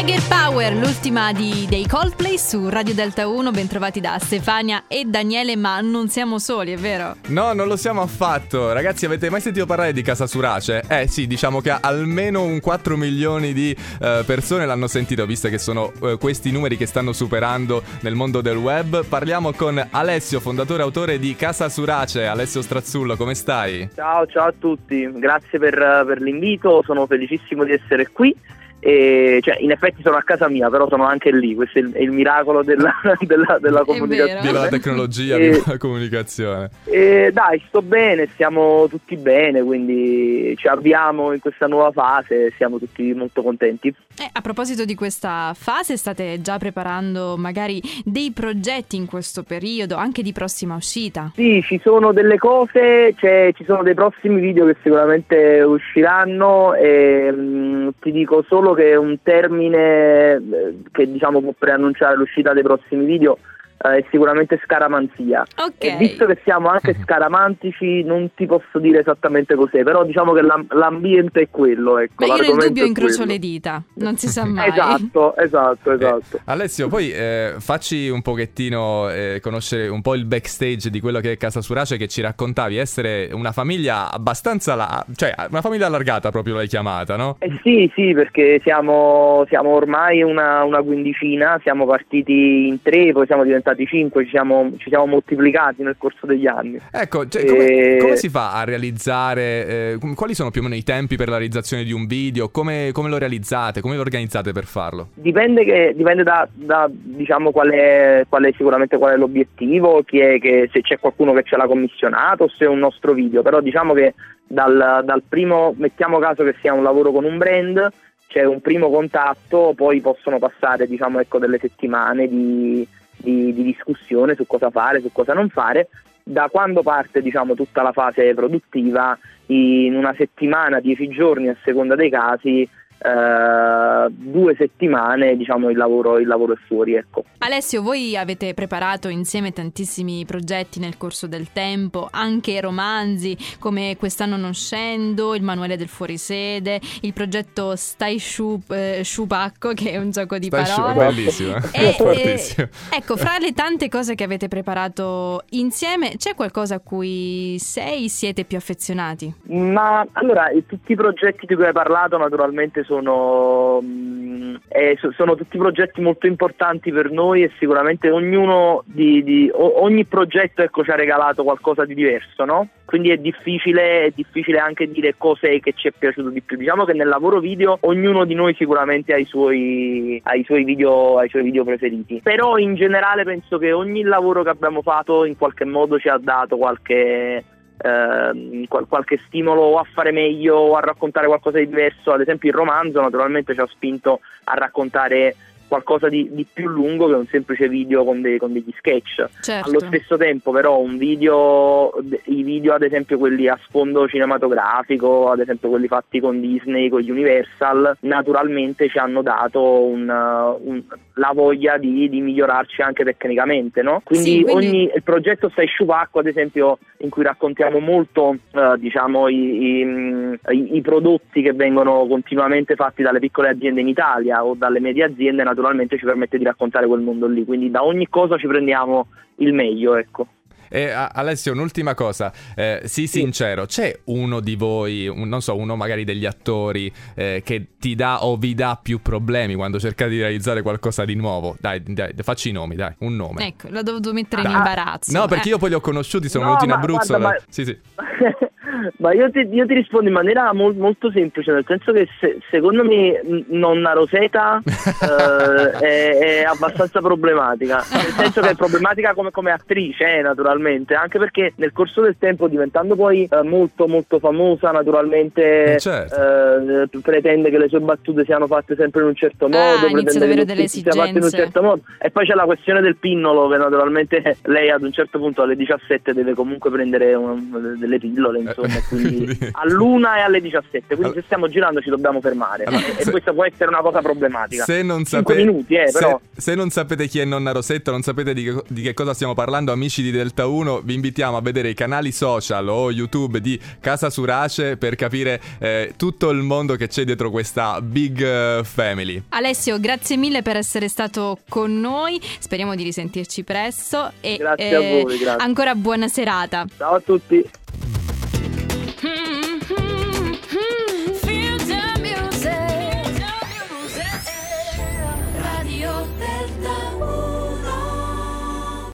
Tiger Power, l'ultima dei Coldplay su Radio Delta 1. Bentrovati da Stefania e Daniele, ma non siamo soli, è vero? No, non lo siamo affatto. Ragazzi, avete mai sentito parlare di Casa Surace? Sì, diciamo che almeno un 4 milioni di persone l'hanno sentito, visto che sono questi numeri che stanno superando nel mondo del web. Parliamo con Alessio, fondatore e autore di Casa Surace. Alessio Strazzullo, come stai? Ciao a tutti, grazie per l'invito, sono felicissimo di essere qui. E, cioè, in effetti sono a casa mia, però sono anche lì. Questo è il miracolo della comunicazione, della tecnologia, della comunicazione. Dai, sto bene, stiamo tutti bene, quindi ci avviamo in questa nuova fase, siamo tutti molto contenti. A proposito di questa fase, state già preparando magari dei progetti in questo periodo, anche di prossima uscita? Sì, ci sono delle cose, ci sono dei prossimi video che sicuramente usciranno e ti dico solo che è un termine che diciamo può preannunciare l'uscita dei prossimi video, è sicuramente scaramanzia. Okay. E visto che siamo anche scaramantici, non ti posso dire esattamente cos'è, però diciamo che l'ambiente è quello, ecco. Beh, io nel dubbio incrocio le dita, non si sa mai. Esatto. Alessio, poi facci un pochettino conoscere un po' il backstage di quello che è Casa Surace, che ci raccontavi essere una famiglia abbastanza cioè una famiglia allargata, proprio l'hai chiamata, no? Sì, perché siamo ormai una quindicina, siamo partiti in 3, poi siamo diventati 5, ci siamo moltiplicati nel corso degli anni. Ecco, cioè, come si fa a realizzare, quali sono più o meno i tempi per la realizzazione di un video, come lo realizzate, come lo organizzate per farlo? Dipende da diciamo qual è sicuramente qual è l'obiettivo, se c'è qualcuno che ce l'ha commissionato o se è un nostro video, però diciamo che dal primo, mettiamo caso che sia un lavoro con un brand, c'è un primo contatto, poi possono passare diciamo delle settimane di discussione su cosa fare, su cosa non fare. Da quando parte diciamo tutta la fase produttiva, in una settimana, 10 giorni a seconda dei casi, 2 settimane diciamo il lavoro è fuori, ecco. Alessio, voi avete preparato insieme tantissimi progetti nel corso del tempo, anche romanzi come Quest'anno non scendo, Il manuale del fuorisede, il progetto Stai Sciupacco, che è un gioco di parole. Bellissimo. Ecco, fra le tante cose che avete preparato insieme, c'è qualcosa a cui siete più affezionati? Ma allora, tutti i progetti di cui hai parlato naturalmente sono tutti progetti molto importanti per noi, e sicuramente ognuno ogni progetto ci ha regalato qualcosa di diverso, no? Quindi è difficile anche dire cos'è che ci è piaciuto di più. Diciamo che nel lavoro video ognuno di noi sicuramente ha i suoi video preferiti, però in generale penso che ogni lavoro che abbiamo fatto in qualche modo ci ha dato qualche stimolo o a fare meglio o a raccontare qualcosa di diverso. Ad esempio il romanzo naturalmente ci ha spinto a raccontare qualcosa di più lungo che un semplice video con degli sketch. Certo. Allo stesso tempo però i video ad esempio quelli a sfondo cinematografico, ad esempio quelli fatti con Disney, con Universal, naturalmente ci hanno dato la voglia di migliorarci anche tecnicamente, no? Quindi il progetto Stai Sciupacco, ad esempio, in cui raccontiamo molto diciamo i prodotti che vengono continuamente fatti dalle piccole aziende in Italia o dalle medie aziende, naturalmente ci permette di raccontare quel mondo lì, quindi da ogni cosa ci prendiamo il meglio, ecco. E Alessio, un'ultima cosa, sii sincero, c'è uno di voi, uno magari degli attori che ti dà o vi dà più problemi quando cercate di realizzare qualcosa di nuovo? Dai, facci i nomi, dai, un nome. Ecco, l'ho dovuto mettere in imbarazzo. No, perché io poi li ho conosciuti, sono venuti in Abruzzo. Guarda, Sì. Ma io ti rispondo in maniera molto semplice, nel senso che secondo me Nonna Rosetta è abbastanza problematica, nel senso che è problematica come attrice, naturalmente, anche perché nel corso del tempo, diventando poi molto molto famosa, naturalmente certo. pretende che le sue battute siano fatte sempre in un certo modo, inizia ad avere delle esigenze in un certo modo, e poi c'è la questione del pinnolo, che naturalmente lei ad un certo punto alle 17 deve comunque prendere delle pillole, insomma. giorno, quindi all'1 e alle 17, quindi se stiamo girando ci dobbiamo fermare. E questa può essere una cosa problematica. Se non 5 minuti, però. Se non sapete chi è nonna Rosetta, non sapete di che cosa stiamo parlando, amici di Delta 1, vi invitiamo a vedere i canali social o YouTube di Casa Surace per capire tutto il mondo che c'è dietro questa big family. Alessio, grazie mille per essere stato con noi, speriamo di risentirci presto e grazie a voi, grazie. Ancora buona serata. Ciao a tutti.